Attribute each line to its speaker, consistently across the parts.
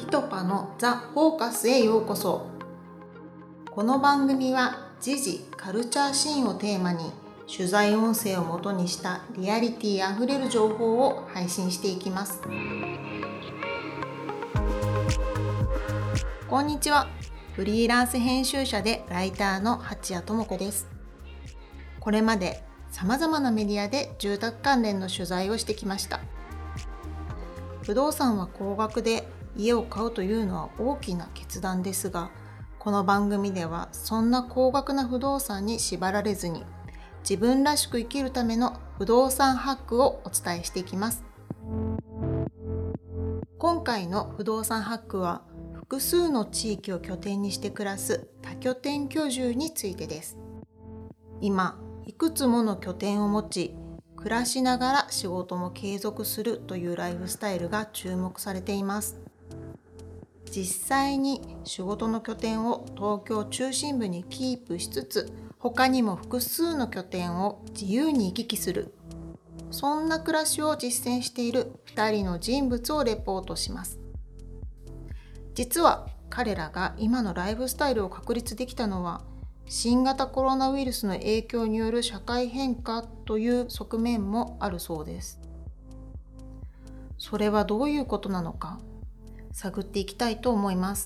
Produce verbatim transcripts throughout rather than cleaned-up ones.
Speaker 1: ピトパのザ・フォーカスへようこそ。この番組は時事・カルチャーシーンをテーマに取材音声をもとにしたリアリティあふれる情報を配信していきます。こんにちは。フリーランス編集者でライターの八谷智子です。これまでさまざまなメディアで住宅関連の取材をしてきました。不動産は高額で家を買うというのは大きな決断ですが、この番組ではそんな高額な不動産に縛られずに自分らしく生きるための不動産ハックをお伝えしていきます。今回の不動産ハックは複数の地域を拠点にして暮らす多拠点居住についてです。今いくつもの拠点を持ち暮らしながら仕事も継続するというライフスタイルが注目されています。実際に仕事の拠点を東京中心部にキープしつつ、他にも複数の拠点を自由に行き来する、そんな暮らしを実践しているふたりの人物をレポートします。実は彼らが今のライフスタイルを確立できたのは新型コロナウイルスの影響による社会変化という側面もあるそうです。それはどういうことなのか探っていきたいと思います。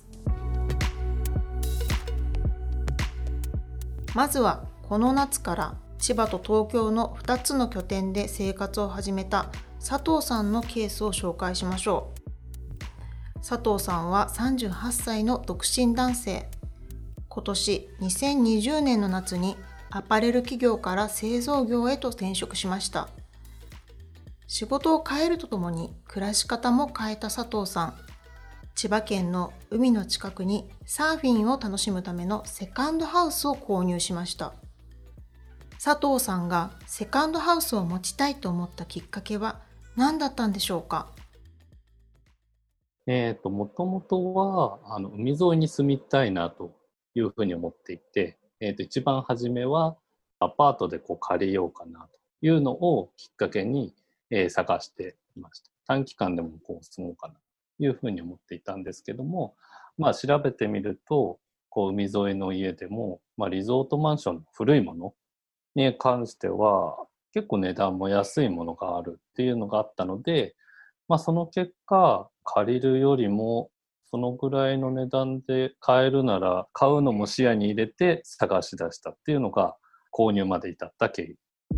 Speaker 1: まずはこの夏から千葉と東京のふたつの拠点で生活を始めた佐藤さんのケースを紹介しましょう。佐藤さんはさんじゅうはっさいの独身男性。今年にせんにじゅうねんの夏にアパレル企業から製造業へと転職しました。仕事を変えるとともに暮らし方も変えた佐藤さん。千葉県の海の近くにサーフィンを楽しむためのセカンドハウスを購入しました。佐藤さんがセカンドハウスを持ちたいと思ったきっかけは何だったんでしょうか？
Speaker 2: えーと、もともとはあの海沿いに住みたいなというふうに思っていて、えーと、一番初めはアパートでこう借りようかなというのをきっかけに、えー探していました。短期間でもこう住もうかなというふうに思っていたんですけども、まあ、調べてみるとこう海沿いの家でも、まあ、リゾートマンションの古いものに関しては結構値段も安いものがあるっていうのがあったので、まあ、その結果、借りるよりも、そのぐらいの値段で買えるなら、買うのも視野に入れて探し出したっていうのが、購入まで至った経緯。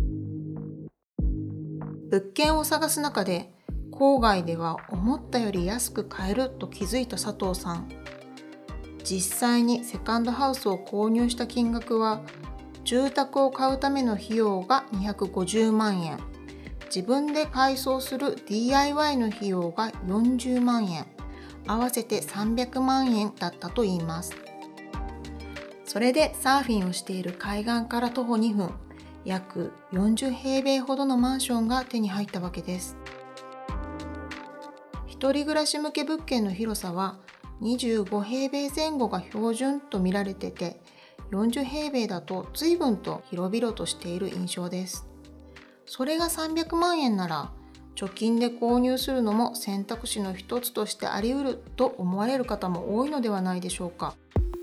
Speaker 1: 物件を探す中で郊外では思ったより安く買えると気づいた佐藤さん。実際にセカンドハウスを購入した金額は住宅を買うための費用がにひゃくごじゅうまんえん、自分で改装する ディーアイワイ の費用がよんじゅうまんえん、合わせてさんびゃくまんえんだったといいます。それでサーフィンをしている海岸から徒歩にふん、約よんじゅうへいべいほどのマンションが手に入ったわけです。一人暮らし向け物件の広さはにじゅうごへいべいぜん後が標準と見られてて、よんじゅうへいべいだと随分と広々としている印象です。それがさんびゃくまんえんなら貯金で購入するのも選択肢の一つとしてあり得ると思われる方も多いのではないでしょうか。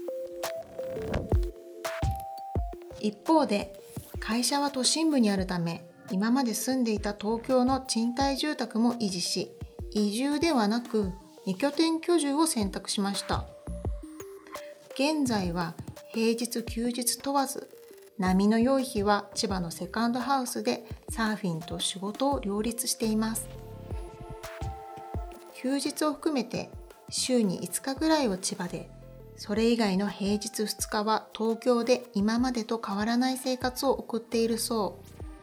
Speaker 1: 一方で会社は都心部にあるため、今まで住んでいた東京の賃貸住宅も維持し、移住ではなくに拠点居住を選択しました。現在は平日休日問わず、波の良い日は千葉のセカンドハウスでサーフィンと仕事を両立しています。休日を含めて週にいつかぐらいを千葉で、それ以外の平日ふつかは東京で今までと変わらない生活を送っているそう。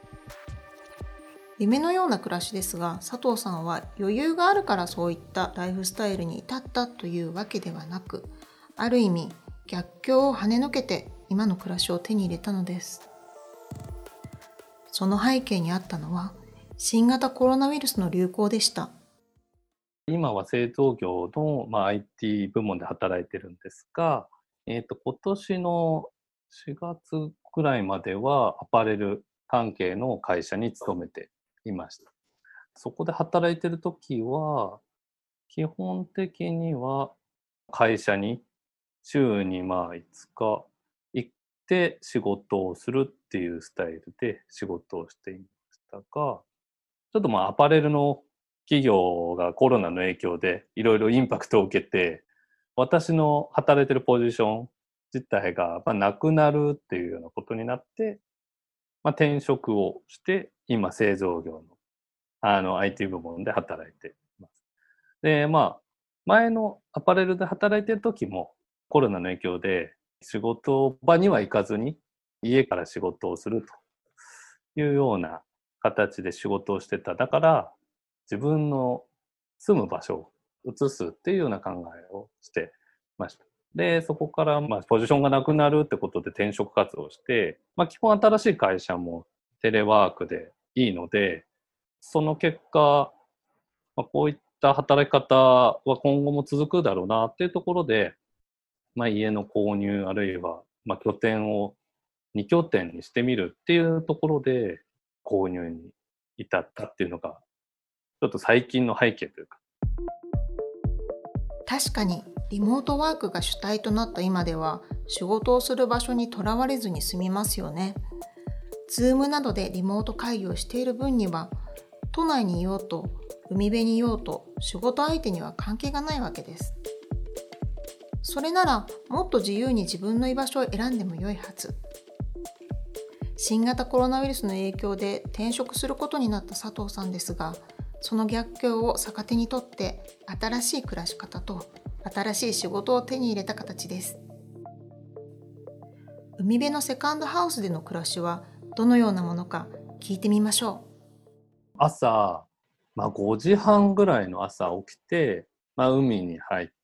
Speaker 1: 夢のような暮らしですが、佐藤さんは余裕があるからそういったライフスタイルに至ったというわけではなく、ある意味逆境を跳ねのけて今の暮らしを手に入れたのです。その背景にあったのは新型コロナウイルスの流行でした。
Speaker 2: 今は製造業の、まあ、アイティー 部門で働いてるんですが、えーと、今年のしがつぐらいまではアパレル関係の会社に勤めていました。そこで働いてる時は、 基本的には会社に週にまあいつか行って仕事をするっていうスタイルで仕事をしていましたが、ちょっとまあアパレルの企業がコロナの影響でいろいろインパクトを受けて、私の働いてるポジション自体がまあなくなるっていうようなことになって、まあ、転職をして今製造業のあの アイティー 部門で働いています。で、まあ前のアパレルで働いてる時もコロナの影響で仕事場には行かずに家から仕事をするというような形で仕事をしてた。だから自分の住む場所を移すっていうような考えをしてました。で、そこからまあポジションがなくなるってことで転職活動をして、まあ基本新しい会社もテレワークでいいので、その結果、まあ、こういった働き方は今後も続くだろうなっていうところで、まあ、家の購入あるいはまあ拠点をに拠点にしてみるっていうところで購入に至ったっていうのがちょっと最近の背景というか。
Speaker 1: 確かにリモートワークが主体となった今では仕事をする場所にとらわれずに済みますよね。Zoom などでリモート会議をしている分には都内にいようと海辺にいようと仕事相手には関係がないわけです。それならもっと自由に自分の居場所を選んでも良いはず。新型コロナウイルスの影響で転職することになった佐藤さんですが、その逆境を逆手にとって新しい暮らし方と新しい仕事を手に入れた形です。海辺のセカンドハウスでの暮らしはどのようなものか聞いてみましょ
Speaker 2: う。朝、まあ、ごじはんぐらいの朝起きて、まあ、海に入って、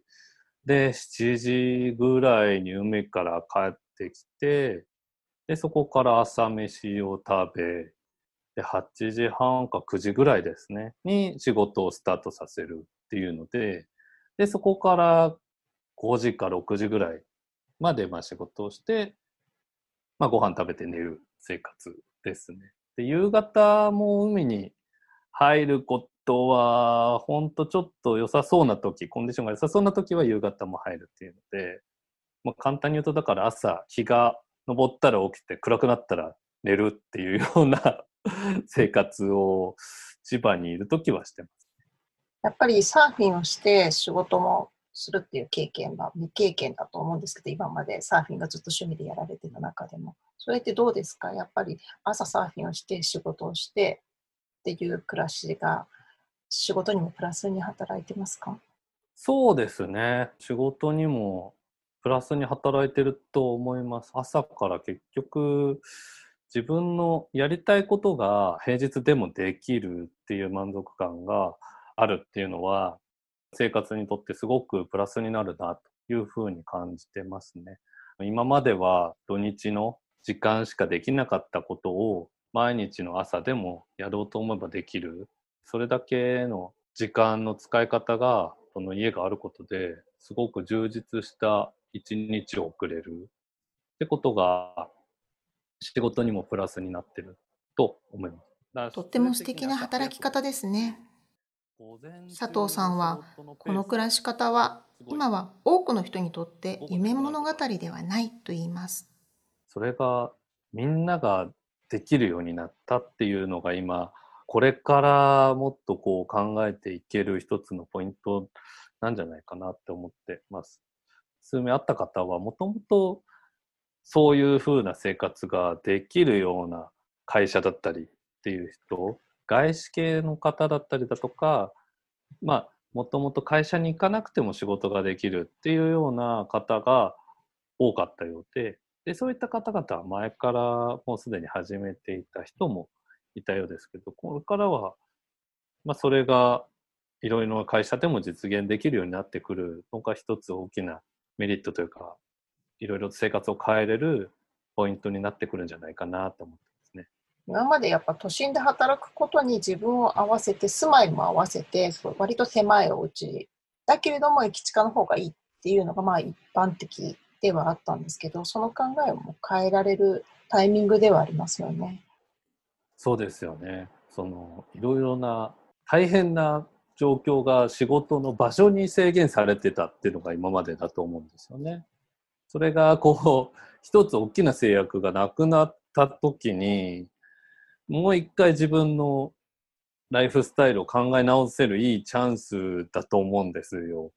Speaker 2: で、しちじぐらいに海から帰ってきて、で、そこから朝飯を食べ、で、はちじはんかくじぐらいですね、に仕事をスタートさせるっていうので、で、そこからごじかろくじぐらいまでまあ仕事をして、まあご飯食べて寝る生活ですね。で、夕方も海に入ることは、ほんとちょっと良さそうな時、コンディションが良さそうな時は夕方も入るっていうので、まあ、簡単に言うとだから朝日が昇ったら起きて暗くなったら寝るっていうような生活を千葉にいる時はしてます。
Speaker 3: やっぱりサーフィンをして仕事もするっていう経験は未経験だと思うんですけど、今までサーフィンがずっと趣味でやられてた中でも。それってどうですか？やっぱり朝サーフィンをして仕事をしてっていう暮らしが仕事にもプラスに働いてますか？
Speaker 2: そうですね。仕事にもプラスに働いてると思います。朝から結局自分のやりたいことが平日でもできるっていう満足感があるっていうのは生活にとってすごくプラスになるなというふうに感じてますね。今までは土日の時間しかできなかったことを毎日の朝でもやろうと思えばできる。それだけの時間の使い方がその家があることですごく充実した一日を送れるってことが仕事にもプラスになってると思いま
Speaker 1: う。とっても素敵な働き方ですね。佐藤さんはこの暮らし方は今は多くの人にとって夢物語ではないと言います。
Speaker 2: それがみんなができるようになったっていうのが今これからもっとこう考えていける一つのポイントなんじゃないかなって思ってます。数名あった方はもともとそういう風な生活ができるような会社だったりっていう人、外資系の方だったりだとか、まあもともと会社に行かなくても仕事ができるっていうような方が多かったようで、でそういった方々は前からもうすでに始めていた人もいたようですけど、これからは、まあ、それがいろいろな会社でも実現できるようになってくるのが一つ大きなメリットというか、いろいろ生活を変えれるポイントになってくるんじゃないかなと思ってますね。
Speaker 3: 今までやっぱ都心で働くことに自分を合わせて、住まいも合わせて、割と狭いお家だけれども駅近の方がいいっていうのがまあ一般的ではあったんですけど、その考えをも変えられるタイミングではありますよね。
Speaker 2: そうですよね。そのいろいろな大変な状況が仕事の場所に制限されてたっていうのが今までだと思うんですよね。それがこう一つ大きな制約がなくなった時に、もう一回自分のライフスタイルを考え直せるいいチャンスだと思うんですよ。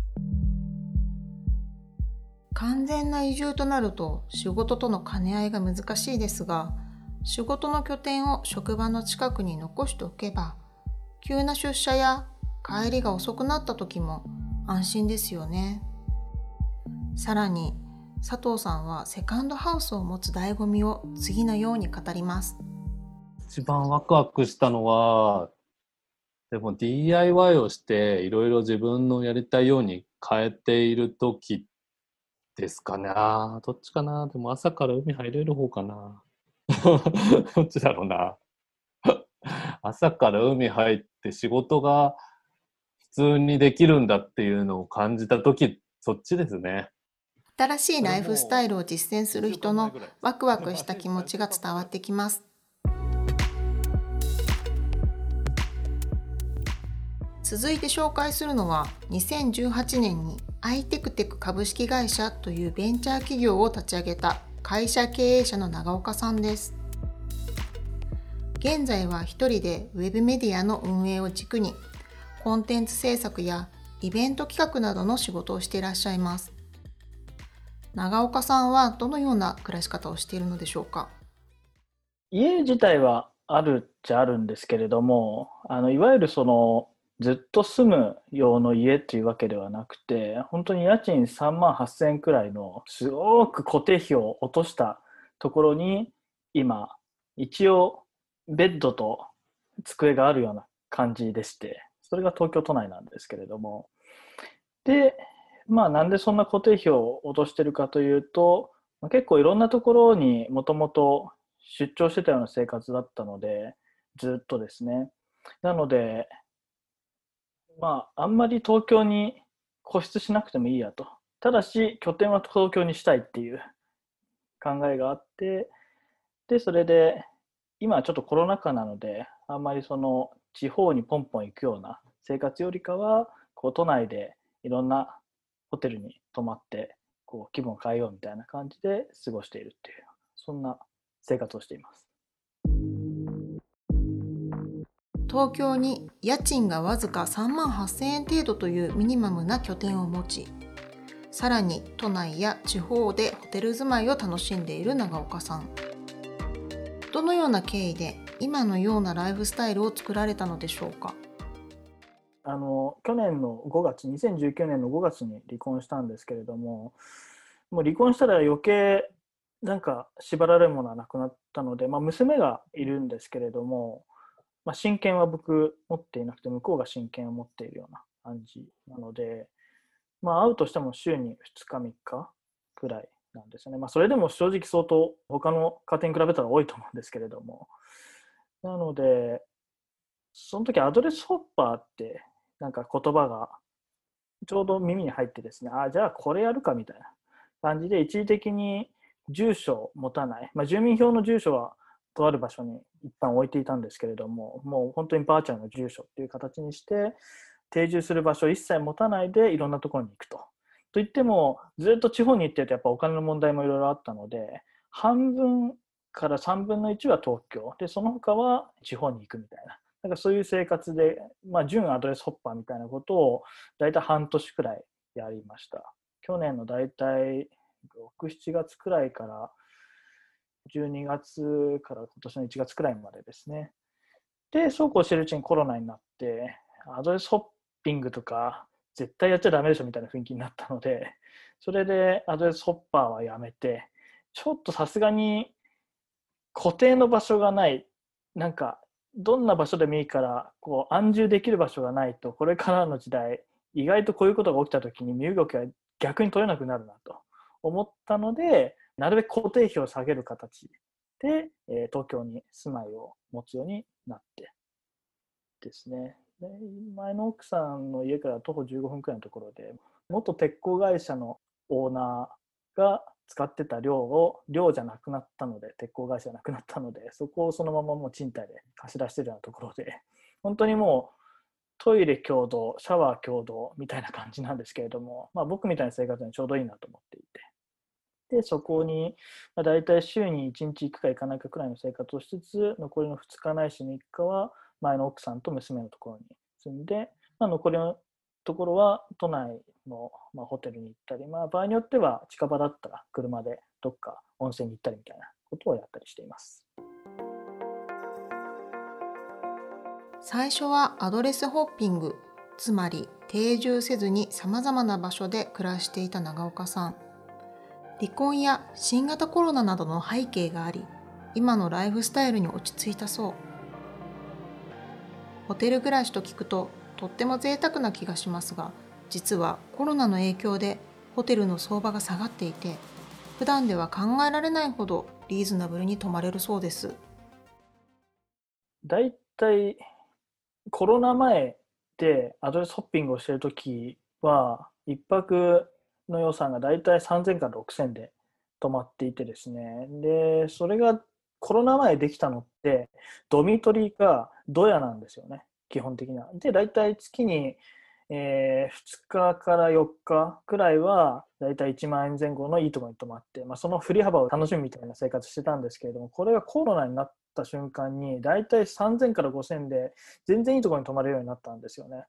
Speaker 1: 完全な移住となると仕事との兼ね合いが難しいですが、仕事の拠点を職場の近くに残しておけば、急な出社や帰りが遅くなった時も安心ですよね。さらに佐藤さんはセカンドハウスを持つ醍醐味を次のように語ります。
Speaker 2: 一番ワクワクしたのは、でも ディーアイワイ をしていろいろ自分のやりたいように変えている時ですかね。あーどっちかな。でも朝から海入れる方かな。どっちだろうな。朝から海入って仕事が普通にできるんだっていうのを感じた時、そっちですね。
Speaker 1: 新しいライフスタイルを実践する人のワクワクした気持ちが伝わってきます。続いて紹介するのは、にせんじゅうはちねんにアイテクテク株式会社というベンチャー企業を立ち上げた会社経営者の長岡さんです。現在は一人でウェブメディアの運営を軸に、コンテンツ制作やイベント企画などの仕事をしていらっしゃいます。長岡さんはどのような暮らし方をしているのでしょうか。
Speaker 4: 家自体はあるっちゃあるんですけれども、あのいわゆるそのずっと住む用の家っていうわけではなくて、本当に家賃さんまんはっせんえんくらいのすごく固定費を落としたところに今一応ベッドと机があるような感じでして、それが東京都内なんですけれども、でまあなんでそんな固定費を落としてるかというと、結構いろんなところにもともと出張してたような生活だったので、ずっとですね。なのでまああんまり東京に固執しなくてもいいやと。ただし拠点は東京にしたいっていう考えがあって、でそれで今はちょっとコロナ禍なので、あんまりその地方にポンポン行くような生活よりかは、こう都内でいろんなホテルに泊まってこう気分を変えようみたいな感じで過ごしているっていう、そんな生活をしています。
Speaker 1: 東京に家賃がわずかさんまんはっせんえん程度というミニマムな拠点を持ち、さらに都内や地方でホテル住まいを楽しんでいる長岡さん。どのような経緯で今のようなライフスタイルを作られたのでしょうか。
Speaker 4: あの去年のごがつ、にせんじゅうきゅうねんのごがつに離婚したんですけれども、もう離婚したら余計なんか縛られるものはなくなったので、まあ、娘がいるんですけれども、まあ、親権は僕持っていなくて、向こうが親権を持っているような感じなので、まあ、会うとしても週にふつかみっかくらいなんですよね。まあ、それでも正直相当他の家庭に比べたら多いと思うんですけれども、なのでその時アドレスホッパーってなんか言葉がちょうど耳に入ってですね、あ、じゃあこれやるかみたいな感じで、一時的に住所を持たない、まあ、住民票の住所はとある場所に一旦置いていたんですけれども、もう本当にバーチャルな住所っていう形にして、定住する場所を一切持たないでいろんなところに行くと。といってもずっと地方に行ってるとやっぱお金の問題もいろいろあったので、半分からさんぶんのいちは東京で、その他は地方に行くみたいな、なんかそういう生活で、まあ、準アドレスホッパーみたいなことをだいたい半年くらいやりました。去年のだいたいろく、しちがつくらいからじゅうにがつから今年のいちがつくらいまでですね。で、そうこうしてるうちにコロナになって、アドレスホッピングとか絶対やっちゃダメでしょみたいな雰囲気になったので、それでアドレスホッパーはやめて、ちょっとさすがに固定の場所がない、なんかどんな場所でもいいからこう安住できる場所がないと、これからの時代意外とこういうことが起きた時に身動きが逆に取れなくなるなと思ったので、なるべく固定費を下げる形で、えー、東京に住まいを持つようになってですね。で、前の奥さんの家から徒歩じゅうごふんくらいのところで、元鉄鋼会社のオーナーが使ってた寮を寮じゃなくなったので、鉄鋼会社じゃなくなったので、そこをそのままもう賃貸で貸し出してるようなところで、本当にもうトイレ共同、シャワー共同みたいな感じなんですけれども、まあ、僕みたいな生活にちょうどいいなと思っていて、でそこに、まあ、大体週にいちにち行くか行かないかくらいの生活をしつつ、残りのふつかないしみっかは前の奥さんと娘のところに住んで、まあ、残りのところは都内の、まあ、ホテルに行ったり、まあ、場合によっては近場だったら車でどっか温泉に行ったりみたいなことをやったりしています。
Speaker 1: 最初はアドレスホッピング、つまり定住せずにさまざまな場所で暮らしていた長岡さん。離婚や新型コロナなどの背景があり、今のライフスタイルに落ち着いたそう。ホテル暮らしと聞くととっても贅沢な気がしますが、実はコロナの影響でホテルの相場が下がっていて、普段では考えられないほどリーズナブルに泊まれるそうです。
Speaker 4: だいたいコロナ前でアドレスホッピングをしているときはいっぱくの予算がだいたいさんぜんからろくせんで泊まっていてですね、でそれがコロナ前できたのってドミトリーかドヤなんですよね、基本的には。でだいたい月に、えー、ふつかからよっかくらいはだいたいいちまんえんぜん後のいいところに泊まって、まあ、その振り幅を楽しむみたいな生活してたんですけれども、これがコロナになった瞬間にだいたいさんぜんからごせんで全然いいところに泊まれるようになったんですよね。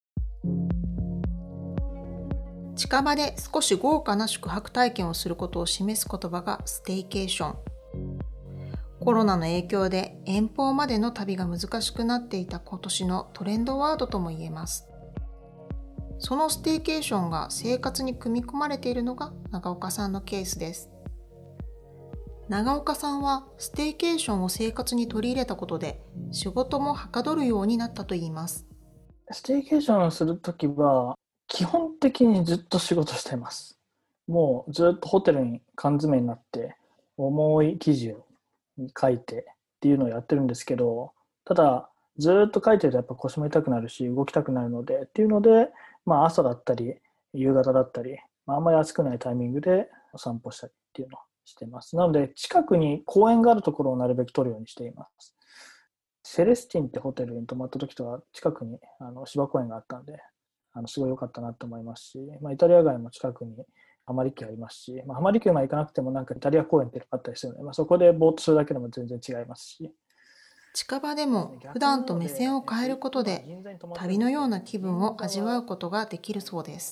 Speaker 1: 近場で少し豪華な宿泊体験をすることを示す言葉がステイケーション。コロナの影響で遠方までの旅が難しくなっていた今年のトレンドワードとも言えます。そのステイケーションが生活に組み込まれているのが長岡さんのケースです。長岡さんはステイケーションを生活に取り入れたことで仕事もはかどるようになったといいます。
Speaker 4: ステイケーションをするときは基本的にずっと仕事しています。もうずっとホテルに缶詰になって重い記事を書いてっていうのをやってるんですけど、ただずっと書いてるとやっぱ腰も痛くなるし動きたくなるのでっていうので、まあ、朝だったり夕方だったり、まあ、あんまり暑くないタイミングでお散歩したりっていうのをしています。なので近くに公園があるところをなるべく取るようにしています。セレスティンってホテルに泊まった時とは近くにあの芝公園があったんで、あのすごい良かったなと思いますし、まあ、イタリア街も近くに浜離宮ありますし、まあ、浜離宮まで行かなくてもなんかイタリア公園ってあったりするので、まあ、そこでぼーっとするだけでも全然違いますし、
Speaker 1: 近場でも普段と目線を変えることで旅のような気分を味わうことができるそうです。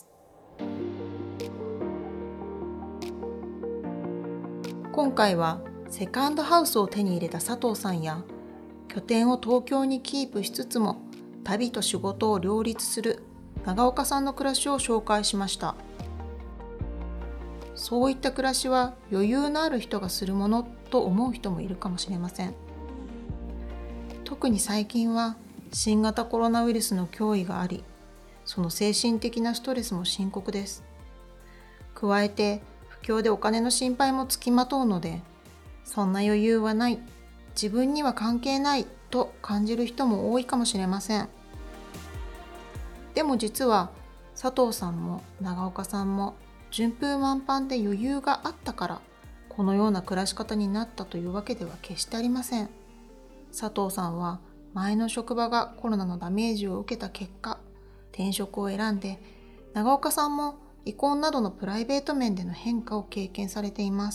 Speaker 1: 今回はセカンドハウスを手に入れた佐藤さんや、拠点を東京にキープしつつも旅と仕事を両立する長岡さんの暮らしを紹介しました。そういった暮らしは余裕のある人がするものと思う人もいるかもしれません。特に最近は新型コロナウイルスの脅威があり、その精神的なストレスも深刻です。加えて不況でお金の心配もつきまとうので、そんな余裕はない、自分には関係ないと感じる人も多いかもしれません。でも実は佐藤さんも長岡さんも順風満帆で余裕があったからこのような暮らし方になったというわけでは決してありません。佐藤さんは前の職場がコロナのダメージを受けた結果、転職を選んで、長岡さんも離婚などのプライベート面での変化を経験されています。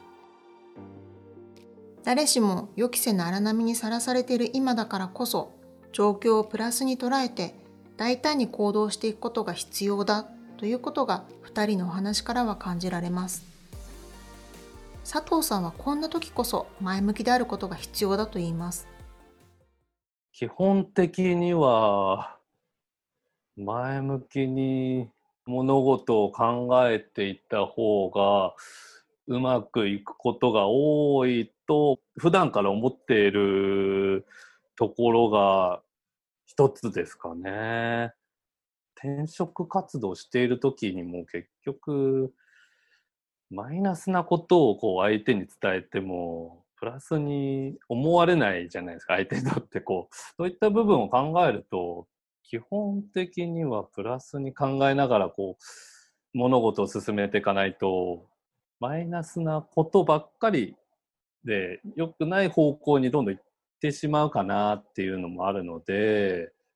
Speaker 1: 誰しも予期せぬ荒波にさらされている今だからこそ、状況をプラスに捉えて大胆に行動していくことが必要だということがふたりのお話からは感じられます。佐藤さんはこんな時こそ前向きであることが必要だと言います。
Speaker 2: 基本的には前向きに物事を考えていった方がうまくいくことが多いと普段から思っているところが一つですかね。転職活動している時にも結局マイナスなことをこう相手に伝えてもプラスに思われないじゃないですか、相手にとってこうそういった部分を考えると基本的にはプラスに考えながらこう物事を進めていかないとマイナスなことばっかりで良くない方向にどんどん行ってしまうかなっていうのもあるので、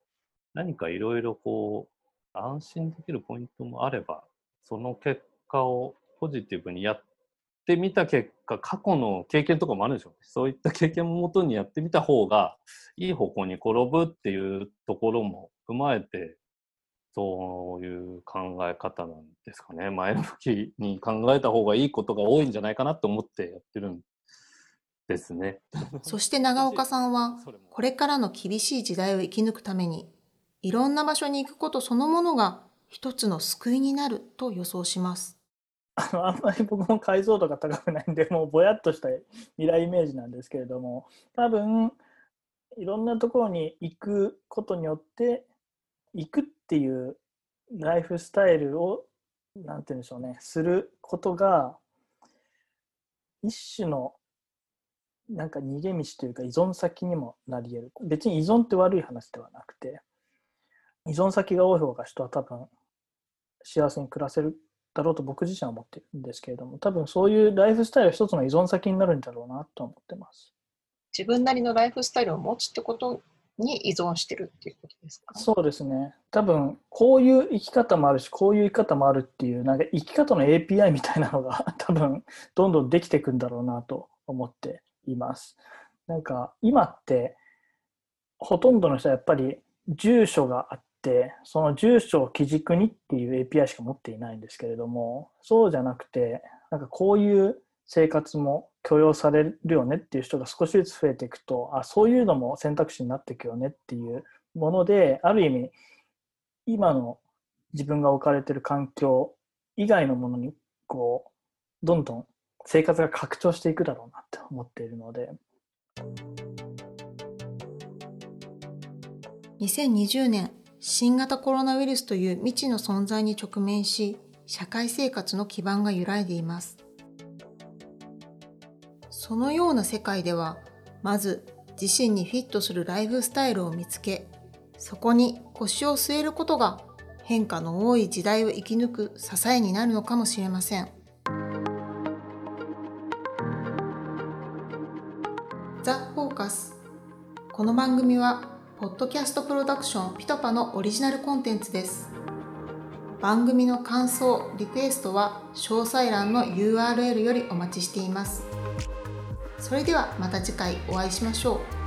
Speaker 2: 何かいろいろこう安心できるポイントもあれば、その結果をポジティブにやってみた結果、過去の経験とかもあるでしょうね。そういった経験をもとにやってみた方がいい方向に転ぶっていうところも踏まえて、そういう考え方なんですかね。前向きに考えた方がいいことが多いんじゃないかなと思ってやってるんですね。
Speaker 1: そして長岡さんは、これからの厳しい時代を生き抜くために、いろんな場所に行くことそのものが一つの救いになると予想します。
Speaker 4: あのあんまり僕も解像度が高くないんで、もうぼやっとした未来イメージなんですけれども、多分いろんなところに行くことによって、行くっていうライフスタイルをなんて言うんでしょうね、することが一種のなんか逃げ道というか依存先にもなり得る。別に依存って悪い話ではなくて、依存先が多い方が人は多分幸せに暮らせるだろうと僕自身は思っているんですけれども、多分そういうライフスタイルは一つの依存先になるんだろうなと思ってます。
Speaker 3: 自分なりのライフスタイルを持つってことに依存してるっていうことですか？
Speaker 4: そうですね。多分こういう生き方もあるし、こういう生き方もあるっていうなんか生き方の エーピーアイ みたいなのが多分どんどんできていくんだろうなと思っています。なんか今ってほとんどの人はやっぱり住所があって、その住所を基軸にっていう エーピーアイ しか持っていないんですけれども、そうじゃなくて、なんかこういう生活も許容されるよねっていう人が少しずつ増えていくと、あ、そういうのも選択肢になっていくよねっていうもので、ある意味今の自分が置かれている環境以外のものにこうどんどん生活が拡張していくだろうなって思っているので。
Speaker 1: にせんにじゅうねん、新型コロナウイルスという未知の存在に直面し、社会生活の基盤が揺らいでいます。そのような世界では、まず自身にフィットするライフスタイルを見つけ、そこに腰を据えることが変化の多い時代を生き抜く支えになるのかもしれません。ザ・フォーカス。この番組はポッドキャストプロダクションピトパのオリジナルコンテンツです。番組の感想、リクエストは詳細欄の ユーアールエル よりお待ちしています。それではまた次回お会いしましょう。